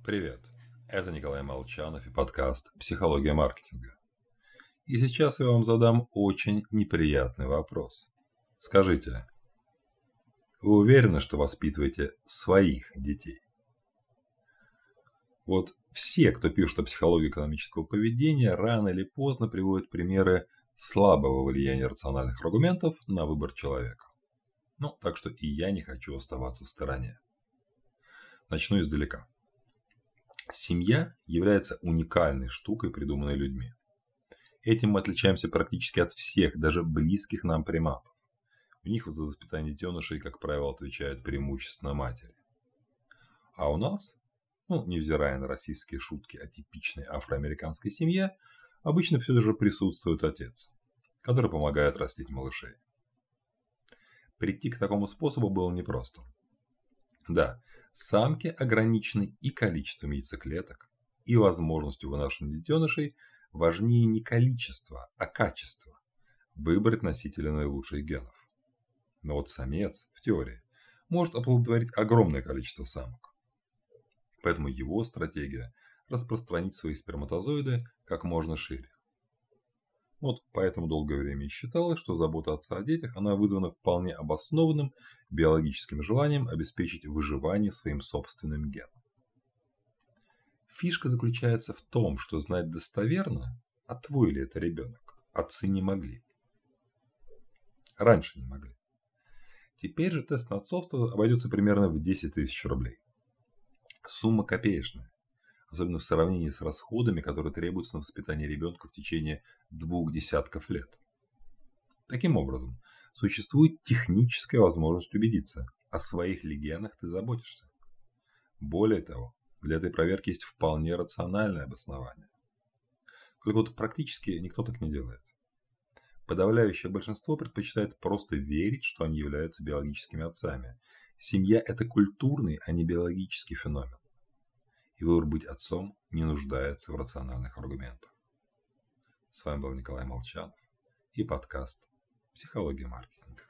Привет, это Николай Молчанов и подкаст «Психология маркетинга». И сейчас я вам задам очень неприятный вопрос. Скажите, вы уверены, что воспитываете своих детей? Вот все, кто пишет о психологии экономического поведения, рано или поздно приводят примеры слабого влияния рациональных аргументов на выбор человека. Так что и я не хочу оставаться в стороне. Начну издалека. Семья является уникальной штукой, придуманной людьми. Этим мы отличаемся практически от всех, даже близких нам приматов. У них за воспитание детенышей, как правило, отвечают преимущественно матери. А у нас, невзирая на российские шутки о типичной афроамериканской семье, обычно все же присутствует отец, который помогает растить малышей. Прийти к такому способу было непросто. Да, самки ограничены и количеством яйцеклеток, и возможностью вынашивания детенышей важнее не количество, а качество – выбрать носителя наилучших генов. Но вот самец, в теории, может оплодотворить огромное количество самок. Поэтому его стратегия – распространить свои сперматозоиды как можно шире. Поэтому долгое время и считалось, что забота отца о детях она вызвана вполне обоснованным биологическим желанием обеспечить выживание своим собственным геном. Фишка заключается в том, что знать достоверно, а твой ли это ребенок, отцы не могли. Раньше не могли. Теперь же тест на отцовство обойдется примерно в 10 тысяч рублей. Сумма копеечная, особенно в сравнении с расходами, которые требуются на воспитание ребенка в течение 2 десятков лет. Таким образом, существует техническая возможность убедиться, о своих ли генах ты заботишься. Более того, для этой проверки есть вполне рациональное обоснование. Только практически никто так не делает. Подавляющее большинство предпочитает просто верить, что они являются биологическими отцами. Семья – это культурный, а не биологический феномен. И выбор быть отцом не нуждается в рациональных аргументах. С вами был Николай Молчанов и подкаст «Психология маркетинга».